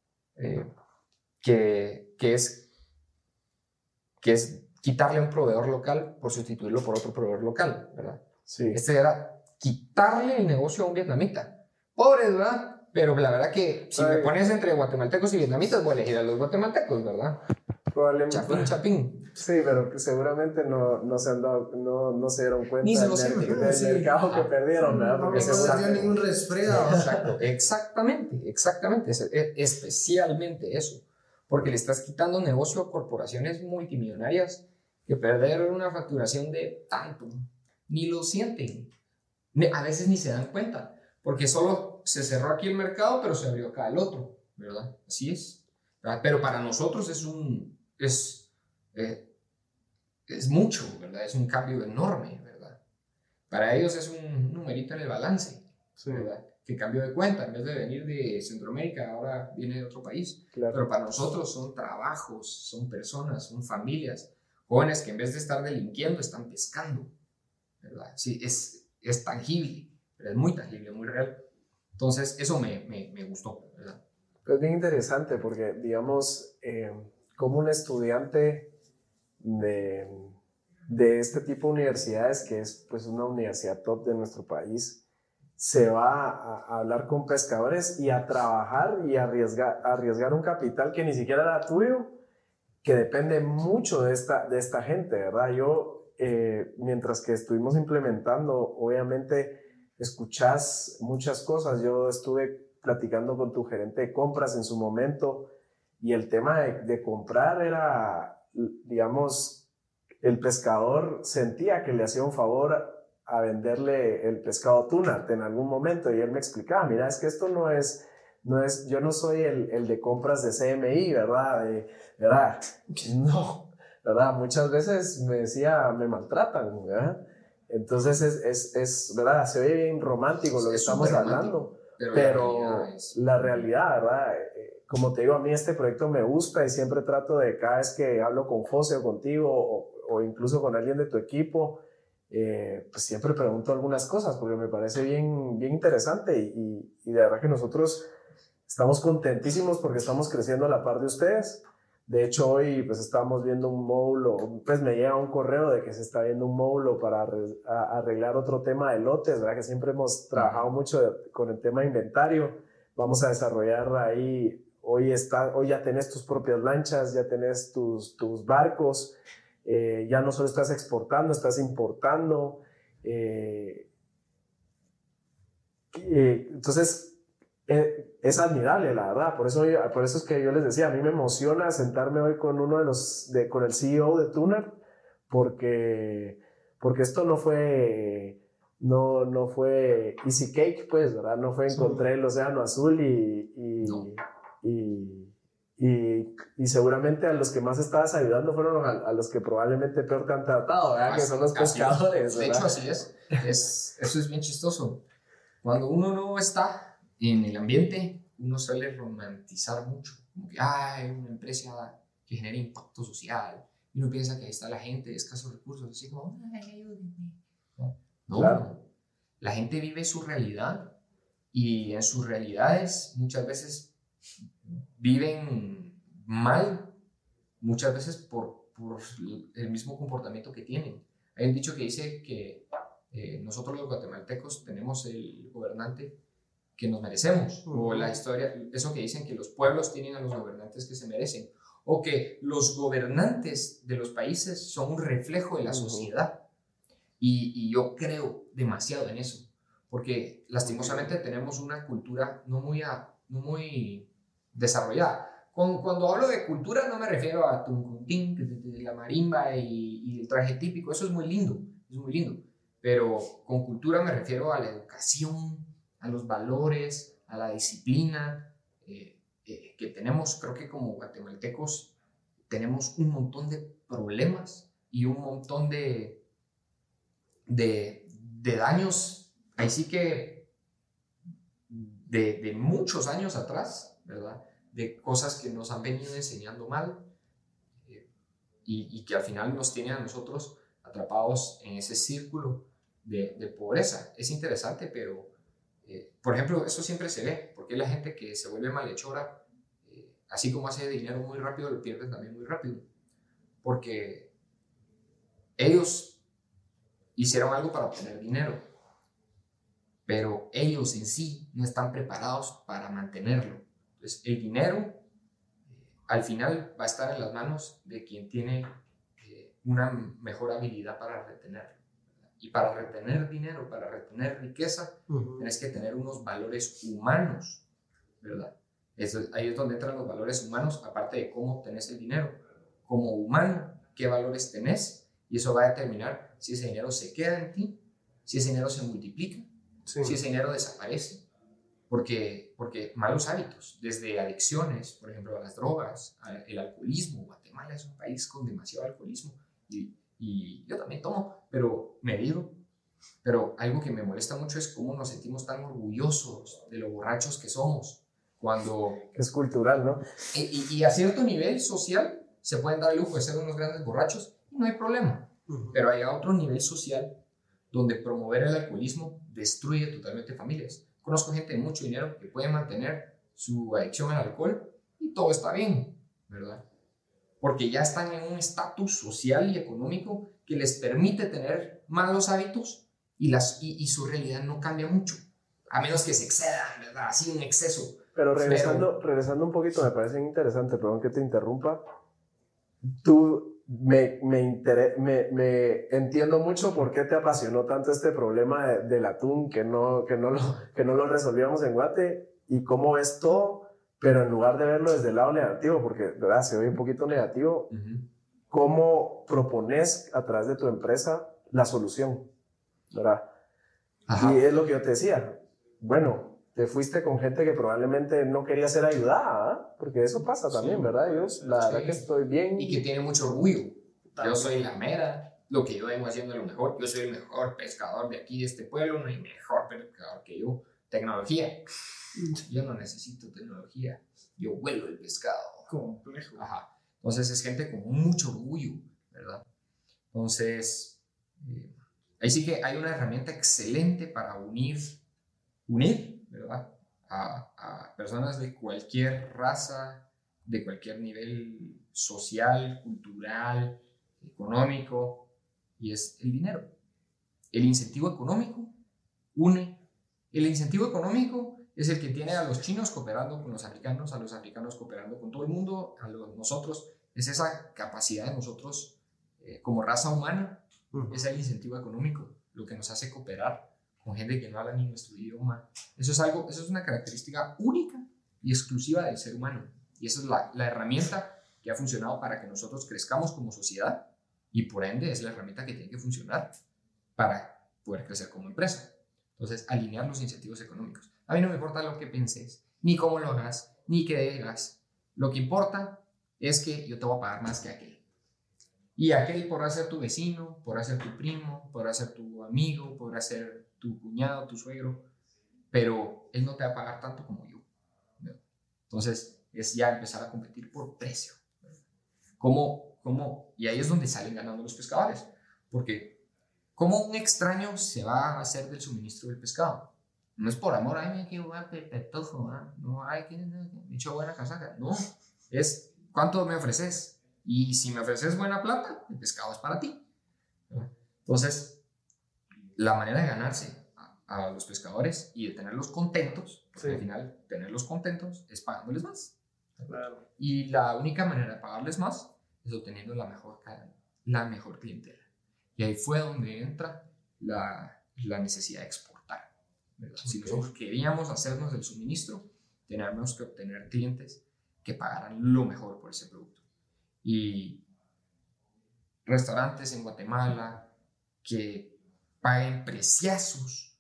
que es quitarle a un proveedor local por sustituirlo por otro proveedor local, ¿verdad? Sí. Este era quitarle el negocio a un vietnamita. Pobres, ¿verdad? Pero la verdad que si me pones entre guatemaltecos y vietnamitas, voy a elegir a los guatemaltecos, ¿verdad? Probablemente. Chapín. Sí, pero seguramente no se dieron cuenta Ni se lo del sí. mercado que perdieron, ¿verdad? No Porque se dio ningún resfriado. Exacto, exactamente. Especialmente eso. Porque le estás quitando negocio a corporaciones multimillonarias que perder una facturación de tanto, ni lo sienten. A veces ni se dan cuenta. Porque solo se cerró aquí el mercado, pero se abrió acá el otro, ¿verdad? Así es. ¿Verdad? Pero para nosotros es mucho, ¿verdad? Es un cambio enorme, ¿verdad? Para ellos es un numerito en el balance, ¿verdad? Que cambió de cuenta, en vez de venir de Centroamérica, ahora viene de otro país. Claro. Pero para nosotros son trabajos, son personas, son familias, jóvenes que en vez de estar delinquiendo, están pescando, ¿verdad? Sí, es tangible. Pero es muy tangible, muy real. Entonces, eso me gustó, ¿verdad? Es bien interesante porque, digamos, como un estudiante de este tipo de universidades, que es pues una universidad top de nuestro país, se va a hablar con pescadores y a trabajar y arriesgar un capital que ni siquiera era tuyo, que depende mucho de esta gente, ¿verdad? Yo, mientras que estuvimos implementando, obviamente, escuchás muchas cosas. Yo estuve platicando con tu gerente de compras en su momento y el tema de comprar era, digamos, el pescador sentía que le hacía un favor a venderle el pescado tuna en algún momento y él me explicaba, mira, es que esto no es yo no soy el de compras de CMI, ¿verdad? ¿Verdad? No, ¿verdad? Muchas veces me decía, me maltratan, ¿verdad? Entonces es verdad, se oye bien romántico lo que estamos hablando, pero la realidad, ¿verdad? Como te digo, a mí este proyecto me gusta y siempre trato de, cada vez que hablo con José o contigo o incluso con alguien de tu equipo, pues siempre pregunto algunas cosas porque me parece bien, bien interesante y de verdad que nosotros estamos contentísimos porque estamos creciendo a la par de ustedes. De hecho, hoy pues estábamos viendo un módulo, pues me llega un correo de que se está viendo un módulo para arreglar otro tema de lotes, ¿verdad? Que siempre hemos trabajado mucho con el tema de inventario. Vamos a desarrollar ahí, hoy ya tenés tus propias lanchas, ya tenés tus barcos, ya no solo estás exportando, estás importando. Entonces, es admirable, la verdad. Por eso es que yo les decía, a mí me emociona sentarme hoy con con el CEO de Tunar, porque esto no fue easy cake, pues, ¿verdad? No fue encontré el océano azul y seguramente a los que más estabas ayudando fueron a los que probablemente peor te han tratado, ¿verdad? Que son los pescadores, ¿verdad? De hecho, así es. Eso es bien chistoso. Cuando uno no está en el ambiente, uno suele romantizar mucho, como que hay una empresa que genera impacto social, y uno piensa que ahí está la gente de escasos recursos, así como, ay, ayúdenme. No, claro. La gente vive su realidad, y en sus realidades muchas veces viven mal, muchas veces por el mismo comportamiento que tienen. Hay un dicho que dice que nosotros los guatemaltecos tenemos el gobernante que nos merecemos, o la historia, eso que dicen que los pueblos tienen a los gobernantes que se merecen, o que los gobernantes de los países son un reflejo de la sociedad, y yo creo demasiado en eso, porque lastimosamente tenemos una cultura no muy desarrollada. Cuando hablo de cultura no me refiero a tunkuntín, la marimba y el traje típico, eso es muy lindo, pero con cultura me refiero a la educación, a los valores, a la disciplina que tenemos. Creo que como guatemaltecos tenemos un montón de problemas y un montón de daños, ahí sí que de muchos años atrás, ¿verdad? De cosas que nos han venido enseñando mal y que al final nos tienen a nosotros atrapados en ese círculo de pobreza. Es interesante, pero por ejemplo, eso siempre se ve, porque la gente que se vuelve malhechora, así como hace dinero muy rápido, lo pierde también muy rápido, porque ellos hicieron algo para obtener dinero, pero ellos en sí no están preparados para mantenerlo. Entonces, el dinero al final va a estar en las manos de quien tiene una mejor habilidad para retenerlo. Y para retener dinero, para retener riqueza, tienes que tener unos valores humanos, ¿verdad? Ahí es donde entran los valores humanos, aparte de cómo obtenés el dinero. Como humano, ¿qué valores tenés? Y eso va a determinar si ese dinero se queda en ti, si ese dinero se multiplica, si ese dinero desaparece. Porque malos hábitos, desde adicciones, por ejemplo, a las drogas, el alcoholismo. Guatemala es un país con demasiado alcoholismo y yo también tomo, pero medido. Pero algo que me molesta mucho es cómo nos sentimos tan orgullosos de lo borrachos que somos. Cuando es cultural, ¿no? Y a cierto nivel social se pueden dar el lujo de ser unos grandes borrachos y no hay problema. Pero hay otro nivel social donde promover el alcoholismo destruye totalmente familias. Conozco gente de mucho dinero que puede mantener su adicción al alcohol y todo está bien, ¿verdad? Porque ya están en un estatus social y económico que les permite tener malos hábitos y su realidad no cambia mucho, a menos que se excedan, ¿verdad? Así un exceso. Pero regresando un poquito, me parece interesante, perdón que te interrumpa. Tú me entiendo mucho por qué te apasionó tanto este problema del atún, que no lo resolvíamos en Guate, y cómo ves todo, pero en lugar de verlo desde el lado negativo, porque ¿verdad? Se ve un poquito negativo, ¿cómo propones a través de tu empresa la solución? ¿Verdad? Ajá. Y es lo que yo te decía, bueno, te fuiste con gente que probablemente no quería ser ayudada, ¿eh? Porque eso pasa también, ¿verdad? Yo, la verdad que estoy bien. Y que tiene mucho orgullo. Yo soy la mera, lo que yo vengo haciendo es lo mejor. Yo soy el mejor pescador de aquí, de este pueblo, no hay mejor pescador que yo. Tecnología. Yo no necesito tecnología. Yo huelo el pescado. Complejo. Ajá. Entonces es gente con mucho orgullo, ¿verdad? Entonces, ahí sí que hay una herramienta excelente para unir, ¿verdad? A personas de cualquier raza, de cualquier nivel social, cultural, económico, y es el dinero. El incentivo económico une. El incentivo económico es el que tiene a los chinos cooperando con los africanos cooperando con todo el mundo, nosotros. Es esa capacidad de nosotros como raza humana, es el incentivo económico, lo que nos hace cooperar con gente que no habla ni nuestro idioma. Eso es una característica única y exclusiva del ser humano. Y esa es la herramienta que ha funcionado para que nosotros crezcamos como sociedad, y por ende es la herramienta que tiene que funcionar para poder crecer como empresa. Entonces, alinear los incentivos económicos. A mí no me importa lo que penses, ni cómo lo hagas, ni qué digas. Lo que importa es que yo te voy a pagar más que aquel. Y aquel podrá ser tu vecino, podrá ser tu primo, podrá ser tu amigo, podrá ser tu cuñado, tu suegro, pero él no te va a pagar tanto como yo. Entonces, es ya empezar a competir por precio. Y ahí es donde salen ganando los pescadores. Porque, ¿cómo un extraño se va a hacer del suministro del pescado? No es por amor, ay, qué guapo, petojo, no, ay, que me echó buena casaca. No, es cuánto me ofreces. Y si me ofreces buena plata, el pescado es para ti. Entonces, la manera de ganarse a los pescadores y de tenerlos contentos, porque al final tenerlos contentos es pagándoles más. Claro. Y la única manera de pagarles más es obteniendo la mejor clientela. Y ahí fue donde entra la necesidad de exportar. ¿Verdad? Si nosotros queríamos hacernos del suministro, teníamos que obtener clientes que pagaran lo mejor por ese producto. Y restaurantes en Guatemala que paguen preciazos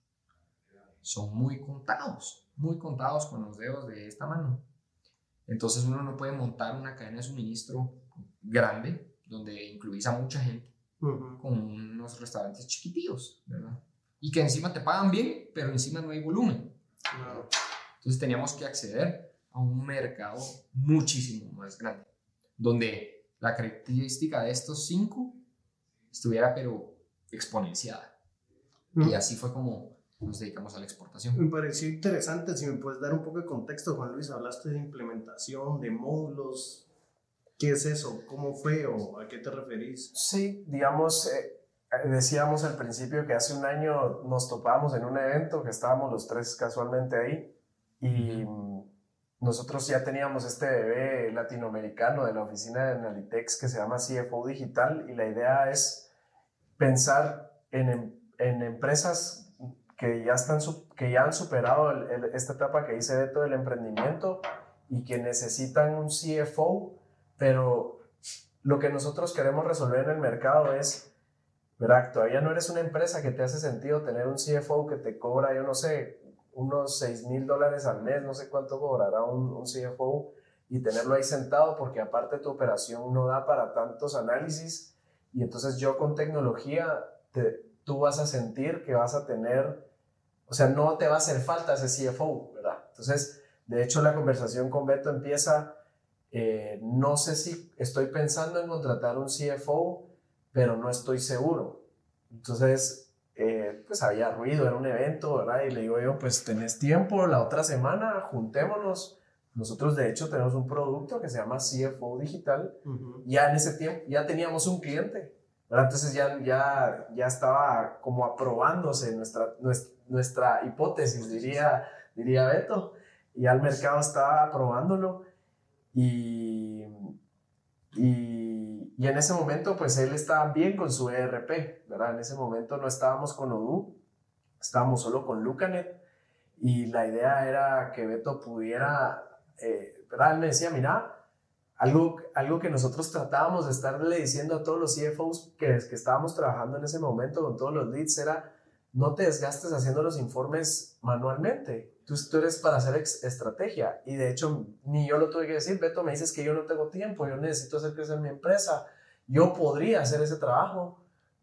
son muy contados con los dedos de esta mano. Entonces uno no puede montar una cadena de suministro grande donde incluís a mucha gente con unos restaurantes chiquitillos, ¿verdad? Y que encima te pagan bien, pero encima no hay volumen. Entonces teníamos que acceder a un mercado muchísimo más grande, donde la característica de estos 5 estuviera pero exponenciada. Y así fue como nos dedicamos a la exportación. Me pareció interesante, si me puedes dar un poco de contexto, Juan Luis, hablaste de implementación, de módulos. ¿Qué es eso? ¿Cómo fue o a qué te referís? Sí, digamos, decíamos al principio que hace un año nos topábamos en un evento que estábamos los 3 casualmente ahí y nosotros ya teníamos este bebé latinoamericano de la oficina de Analytex que se llama CFO Digital, y la idea es pensar en empresas que ya han superado esta etapa que dice Beto del emprendimiento y que necesitan un CFO, pero lo que nosotros queremos resolver en el mercado es, ¿verdad? Todavía no eres una empresa que te hace sentido tener un CFO que te cobra, yo no sé, unos $6,000 al mes, no sé cuánto cobrará un CFO, y tenerlo ahí sentado porque aparte tu operación no da para tantos análisis, y entonces yo con tecnología tú vas a sentir que vas a tener, o sea, no te va a hacer falta ese CFO, ¿verdad? Entonces, de hecho, la conversación con Beto empieza, no sé si estoy pensando en contratar un CFO, pero no estoy seguro. Entonces, pues había ruido, era un evento, ¿verdad? Y le digo yo, pues tenés tiempo, la otra semana, juntémonos. Nosotros, de hecho, tenemos un producto que se llama CFO Digital. Ya en ese tiempo, ya teníamos un cliente, ¿verdad? Entonces ya estaba como aprobándose nuestra hipótesis, diría Beto. Y ya el mercado estaba aprobándolo. Y en ese momento, pues él estaba bien con su ERP, ¿verdad? En ese momento no estábamos con Odoo, estábamos solo con Lucanet, y la idea era que Beto pudiera, ¿verdad? Él me decía, mira, algo que nosotros tratábamos de estarle diciendo a todos los CFOs que estábamos trabajando en ese momento con todos los leads era, no te desgastes haciendo los informes manualmente. Tú eres para hacer estrategia, y de hecho ni yo lo tuve que decir. Beto, me dices que yo no tengo tiempo, yo necesito hacer crecer mi empresa, yo podría hacer ese trabajo,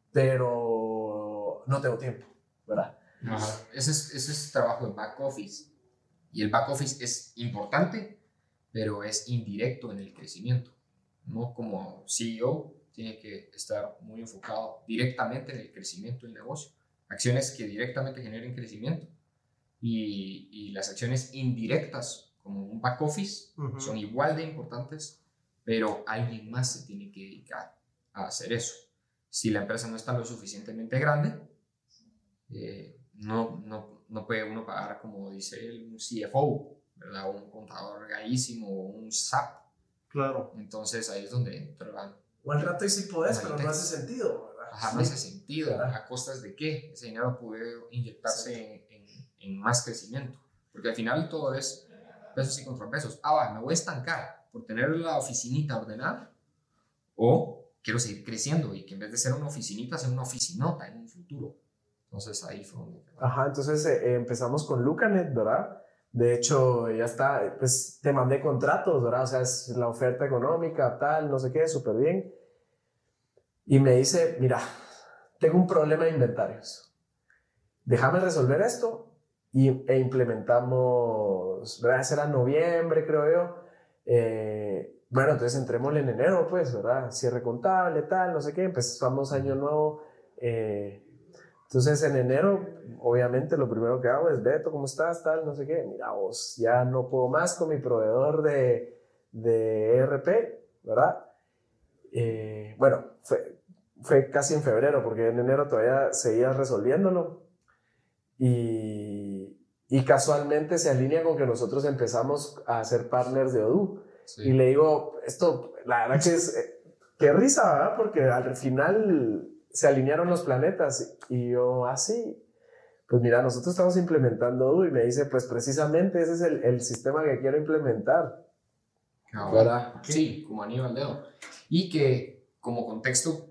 pero no tengo tiempo, ¿verdad? Ese es trabajo de back office, y el back office es importante, pero es indirecto en el crecimiento, no como CEO tiene que estar muy enfocado directamente en el crecimiento del negocio. Acciones que directamente generen crecimiento y las acciones indirectas, como un back office, son igual de importantes, pero alguien más se tiene que dedicar a hacer eso. Si la empresa no está lo suficientemente grande, no puede uno pagar, como dice él, un CFO, ¿verdad? Un contador gallísimo, un SAP. Claro. Entonces ahí es donde entra. O al rato y sí podés, pero no hace sentido, ¿verdad? Ajá, no hace sentido. ¿A costas de qué? Ese dinero puede inyectarse en más crecimiento. Porque al final todo es pesos y contrapesos. Me voy a estancar por tener la oficinita ordenada, o quiero seguir creciendo y que en vez de ser una oficinita sea una oficinota en un futuro. Entonces ahí fue donde... Ajá, entonces empezamos con Lucanet, ¿verdad? De hecho, ya está, pues te mandé contratos, ¿verdad? O sea, es la oferta económica, tal, no sé qué, súper bien. Y me dice, mira, tengo un problema de inventarios. Déjame resolver esto e implementamos, ¿verdad? Ese era noviembre, creo yo. Bueno, entonces entrémosle en enero, pues, ¿verdad? Cierre contable, tal, no sé qué. Empezamos año nuevo. Entonces en enero, obviamente, lo primero que hago es, Beto, ¿cómo estás? Tal, no sé qué. Mira vos, ya no puedo más con mi proveedor de ERP, ¿verdad? Bueno, fue casi en febrero, porque en enero todavía seguía resolviéndolo. Y casualmente se alinea con que nosotros empezamos a ser partners de Odoo. Sí. Y le digo, esto, la verdad que es, qué risa, ¿verdad? Porque al final se alinearon los planetas. Y yo, sí, pues mira, nosotros estamos implementando Odoo. Y me dice, pues precisamente ese es el sistema que quiero implementar. ¿Verdad? Sí, como anillo al dedo. Y que, como contexto,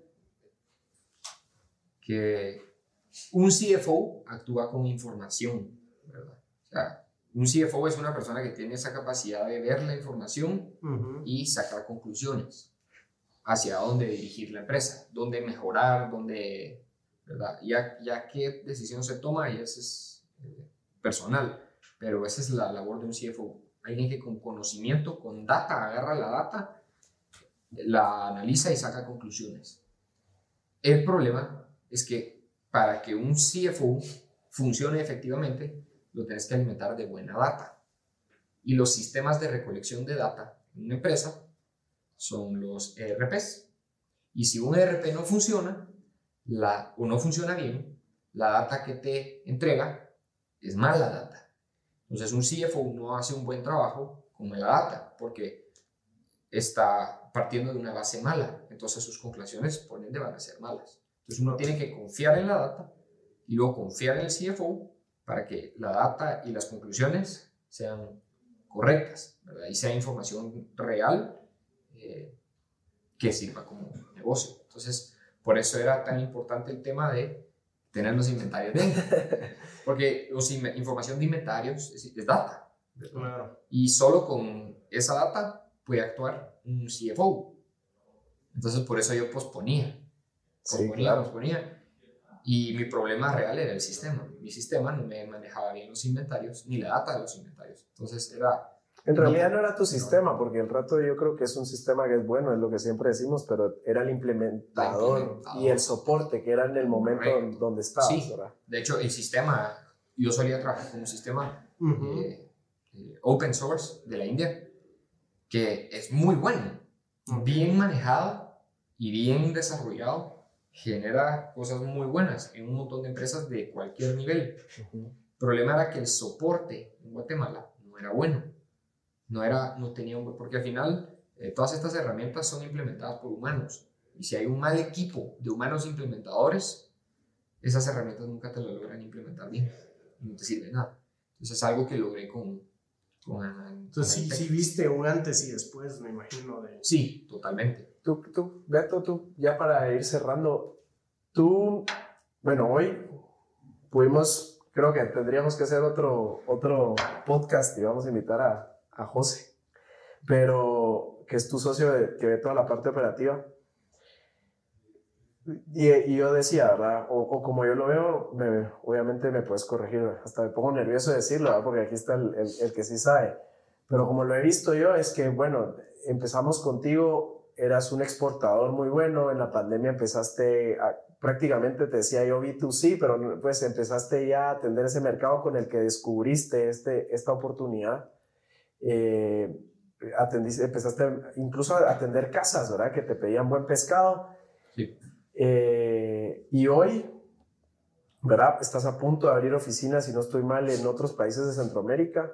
que un CFO actúa con información, ¿verdad? O sea, un CFO es una persona que tiene esa capacidad de ver la información y sacar conclusiones hacia dónde dirigir la empresa, dónde mejorar, dónde, ¿verdad? Ya qué decisión se toma, y eso es personal, pero esa es la labor de un CFO. Alguien que con conocimiento, con data, agarra la data, la analiza y saca conclusiones. El problema es que para que un CFO funcione efectivamente, lo tienes que alimentar de buena data. Y los sistemas de recolección de data en una empresa son los ERPs. Y si un ERP no funciona, o no funciona bien, la data que te entrega es mala data. Entonces un CFO no hace un buen trabajo con la data, porque está partiendo de una base mala. Entonces sus conclusiones por ende van a ser malas. Entonces uno tiene que confiar en la data y luego confiar en el CFO para que la data y las conclusiones sean correctas, ¿verdad? Y sea información real que sirva como negocio. Entonces, por eso era tan importante el tema de tener los inventarios bien, porque información de inventarios es data, ¿verdad? Claro. Y solo con esa data puede actuar un CFO. Entonces, por eso yo posponía. Y mi problema real era el sistema. Mi sistema no me manejaba bien los inventarios, ni la data de los inventarios. Entonces era... En realidad no era tu sistema, porque el rato yo creo que es un sistema que es bueno, es lo que siempre decimos, pero era el implementador y el soporte, que era en el momento donde estabas, sí. ¿Verdad? De hecho, el sistema, yo solía trabajar con un sistema open source de la India, que es muy bueno, bien manejado y bien desarrollado. Genera cosas muy buenas en un montón de empresas de cualquier nivel. El problema era que el soporte en Guatemala no era bueno. No tenía porque al final todas estas herramientas son implementadas por humanos. Y si hay un mal equipo de humanos implementadores, esas herramientas nunca te lo logran implementar bien. No te sirve nada. Entonces es algo que logré con Entonces sí viste un antes y después, me imagino. Sí, totalmente. Tú, Beto, ya para ir cerrando, bueno, hoy creo que tendríamos que hacer otro podcast y vamos a invitar a José, pero que es tu socio que ve toda la parte operativa. Y yo decía, ¿verdad? O como yo lo veo, obviamente me puedes corregir, hasta me pongo nervioso de decirlo, ¿verdad? Porque aquí está el que sí sabe. Pero como lo he visto yo, es que, bueno, empezamos contigo eras un exportador muy bueno, en la pandemia empezaste prácticamente te decía yo B2C, pero pues empezaste ya a atender ese mercado con el que descubriste esta oportunidad. Empezaste incluso a atender casas, ¿verdad? Que te pedían buen pescado. Sí. Y hoy, ¿verdad? Estás a punto de abrir oficinas, si no estoy mal, en otros países de Centroamérica.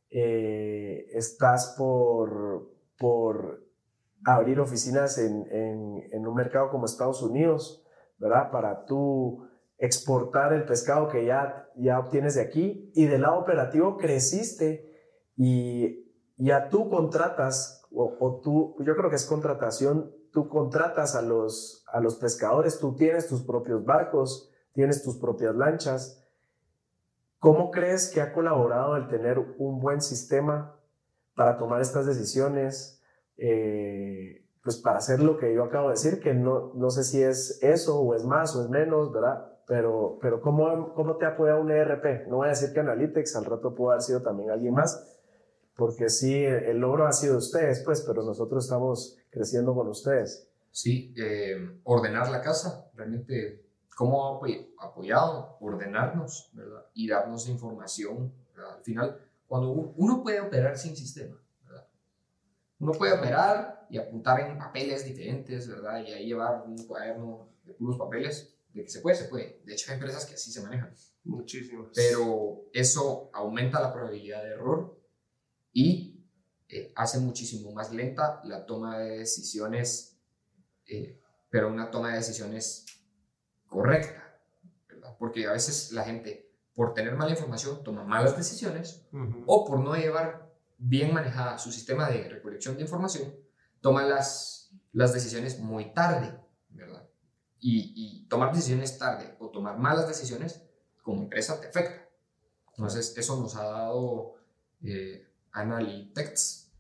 Estás por abrir oficinas en un mercado como Estados Unidos, ¿verdad? Para tú exportar el pescado que ya obtienes de aquí. Y del lado operativo creciste y ya tú contratas, yo creo que es contratación, tú contratas a los pescadores, tú tienes tus propios barcos, tienes tus propias lanchas. ¿Cómo crees que ha colaborado el tener un buen sistema para tomar estas decisiones? Pues para hacer lo que yo acabo de decir, que no sé si es eso o es más o es menos, ¿verdad? Pero ¿cómo te apoya un ERP? No voy a decir que Analytics, al rato pudo haber sido también alguien más, porque sí, el logro ha sido de ustedes, pues, pero nosotros estamos creciendo con ustedes. Sí, ordenar la casa, realmente, ¿cómo ha apoyado? Ordenarnos, ¿verdad? Y darnos información, ¿verdad? Al final, cuando uno puede operar sin sistema, ¿verdad? Uno puede operar y apuntar en papeles diferentes, ¿verdad? Y ahí llevar un cuaderno de puros papeles. De que se puede, se puede. De hecho, hay empresas que así se manejan. Muchísimas. Pero eso aumenta la probabilidad de error y hace muchísimo más lenta la toma de decisiones, pero una toma de decisiones correcta, ¿verdad? Porque a veces la gente, por tener mala información, toma malas decisiones, o por no llevar bien manejada su sistema de recolección de información, toma las decisiones muy tarde, ¿verdad? Y tomar decisiones tarde o tomar malas decisiones como empresa te afecta. Entonces, eso nos ha dado Analytics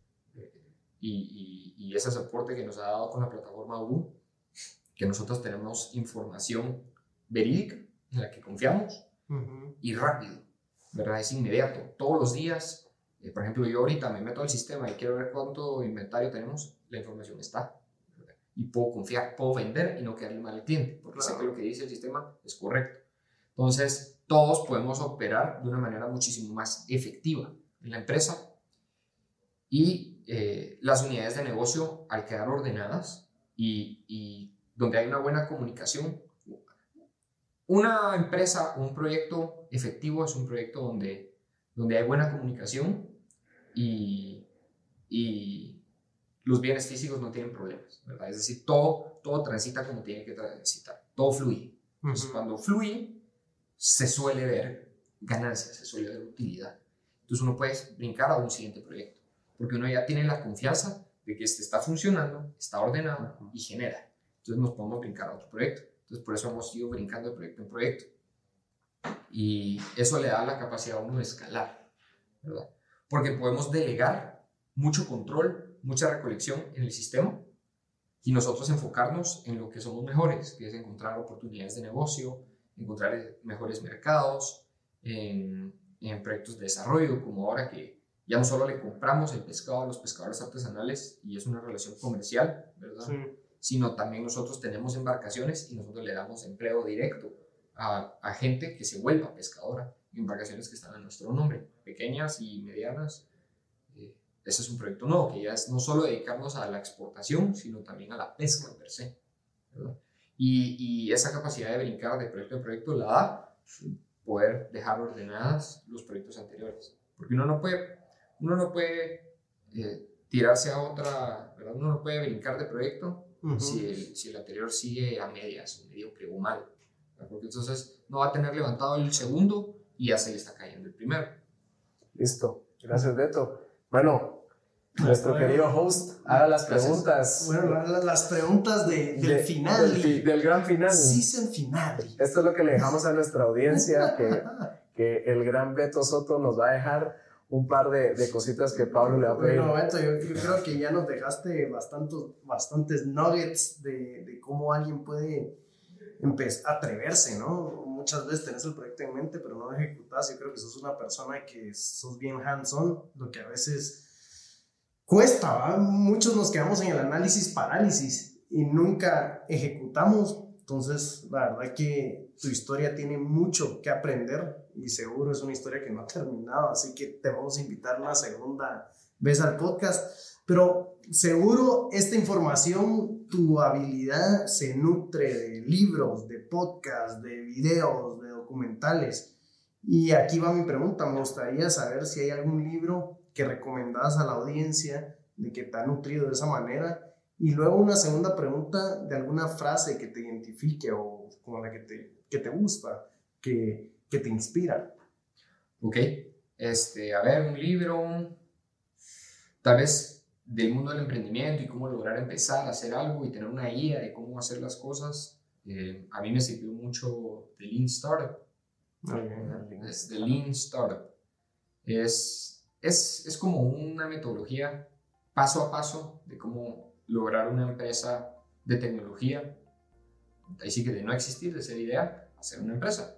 y ese soporte que nos ha dado con la plataforma U, que nosotros tenemos información verídica en la que confiamos y rápido, ¿verdad? Es inmediato. Todos los días, por ejemplo, yo ahorita me meto al sistema y quiero ver cuánto inventario tenemos, la información está. Y puedo confiar, puedo vender y no quedarle mal al cliente, porque sé que lo que dice el sistema es correcto. Entonces, todos podemos operar de una manera muchísimo más efectiva en la empresa y las unidades de negocio, al quedar ordenadas y donde hay una buena comunicación, una empresa, un proyecto efectivo es un proyecto donde hay buena comunicación y los bienes físicos no tienen problemas, ¿verdad? Es decir, todo transita como tiene que transitar, todo fluye. Entonces, cuando fluye, se suele ver ganancias, se suele ver utilidad. Entonces, uno puede brincar a un siguiente proyecto, porque uno ya tiene la confianza de que este está funcionando, está ordenado y genera. Entonces, nos podemos brincar a otro proyecto. Entonces, por eso hemos ido brincando de proyecto en proyecto. Y eso le da la capacidad a uno de escalar, ¿verdad? Porque podemos delegar mucho control, mucha recolección en el sistema y nosotros enfocarnos en lo que somos mejores, que es encontrar oportunidades de negocio, encontrar mejores mercados, en proyectos de desarrollo, como ahora que ya no solo le compramos el pescado a los pescadores artesanales y es una relación comercial, ¿verdad? Sí. Sino también nosotros tenemos embarcaciones y nosotros le damos empleo directo a gente que se vuelva pescadora, embarcaciones que están a nuestro nombre, pequeñas y medianas. Ese es un proyecto nuevo, que ya es no solo dedicarnos a la exportación, sino también a la pesca per se, ¿verdad? Y esa capacidad de brincar de proyecto en proyecto la da poder dejar ordenadas los proyectos anteriores. Porque uno no puede tirarse a otra, ¿verdad? Uno no puede brincar de proyecto si el anterior sigue a medias, mediocre o mal, ¿verdad? Porque entonces no va a tener levantado el segundo y ya se le está cayendo el primero. Listo, gracias Beto. Bueno, nuestro querido host, haga las preguntas. Bueno, las preguntas del final. Del gran final. Season final. Esto es lo que le dejamos a nuestra audiencia, que el gran Beto Soto nos va a dejar un par de cositas que Pablo le va a pedir. Bueno, Beto, yo creo que ya nos dejaste bastantes nuggets de cómo alguien puede atreverse, ¿no? Muchas veces tenés el proyecto en mente, pero no lo ejecutas. Yo creo que sos una persona que sos bien hands-on, lo que a veces cuesta, ¿va? Muchos nos quedamos en el análisis parálisis y nunca ejecutamos. Entonces, la verdad que tu historia tiene mucho que aprender y seguro es una historia que no ha terminado, así que te vamos a invitar una segunda vez al podcast. Pero seguro esta información, tu habilidad se nutre de libros, de podcasts, de videos, de documentales. Y aquí va mi pregunta, me gustaría saber si hay algún libro que recomendás a la audiencia de que te ha nutrido de esa manera. Y luego una segunda pregunta de alguna frase que te identifique o como la que te gusta, que te inspira. Ok, a ver, un libro, tal vez del mundo del emprendimiento y cómo lograr empezar a hacer algo y tener una guía de cómo hacer las cosas. A mí me sirvió mucho The Lean Startup. The Lean Startup. Es como una metodología paso a paso de cómo lograr una empresa de tecnología. Ahí sí que de no existir, de ser idea, hacer una empresa.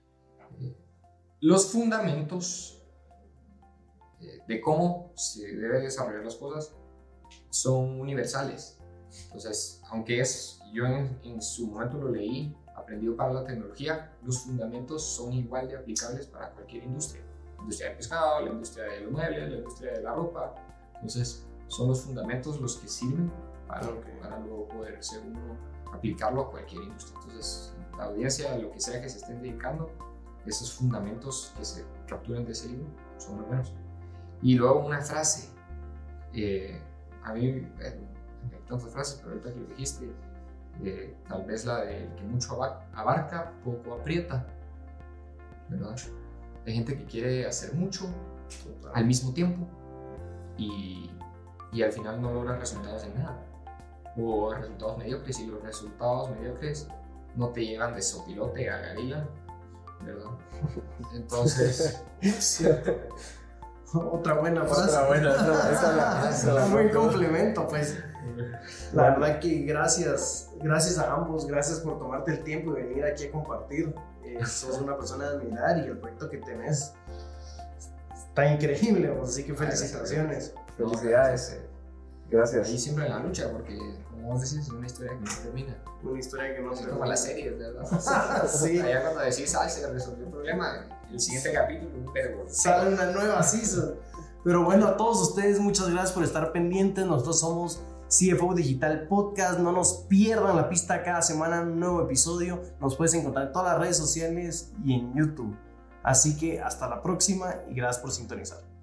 Los fundamentos de cómo se debe desarrollar las cosas son universales. Entonces, aunque yo en su momento lo leí, aprendido para la tecnología, los fundamentos son igual de aplicables para cualquier industria. La industria del pescado, la industria de los muebles, la industria de la ropa. Entonces, son los fundamentos los que sirven para luego poder ser uno, aplicarlo a cualquier industria. Entonces, la audiencia, lo que sea que se estén dedicando, esos fundamentos que se capturan de ese libro son muy buenos. Y luego una frase, a mí hay tantas frases, pero ahorita que lo dijiste, tal vez la de que mucho abarca, poco aprieta, ¿verdad? Hay gente que quiere hacer mucho al mismo tiempo y al final no logra resultados en nada, o resultados mediocres, y los resultados mediocres no te llevan de sopilote a garila, ¿verdad? Entonces, cierto. Otra buena frase. Esa un buen complemento, pues. La verdad que gracias a ambos, gracias por tomarte el tiempo y venir aquí a compartir. Sos una persona de admirar y el proyecto que tenés está increíble, pues, así que felicitaciones. Felicidades. Gracias. Ahí siempre en la lucha, porque como vos decís, es una historia que no termina. Una historia que no termina. Como las series, ¿verdad? Sí. Allá cuando decís, se resolvió el problema, el siguiente capítulo, un pedo. Sale una nueva season. Pero bueno, a todos ustedes, muchas gracias por estar pendientes. Nosotros somos CFO Digital Podcast. No nos pierdan la pista cada semana, un nuevo episodio. Nos puedes encontrar en todas las redes sociales y en YouTube. Así que hasta la próxima y gracias por sintonizar.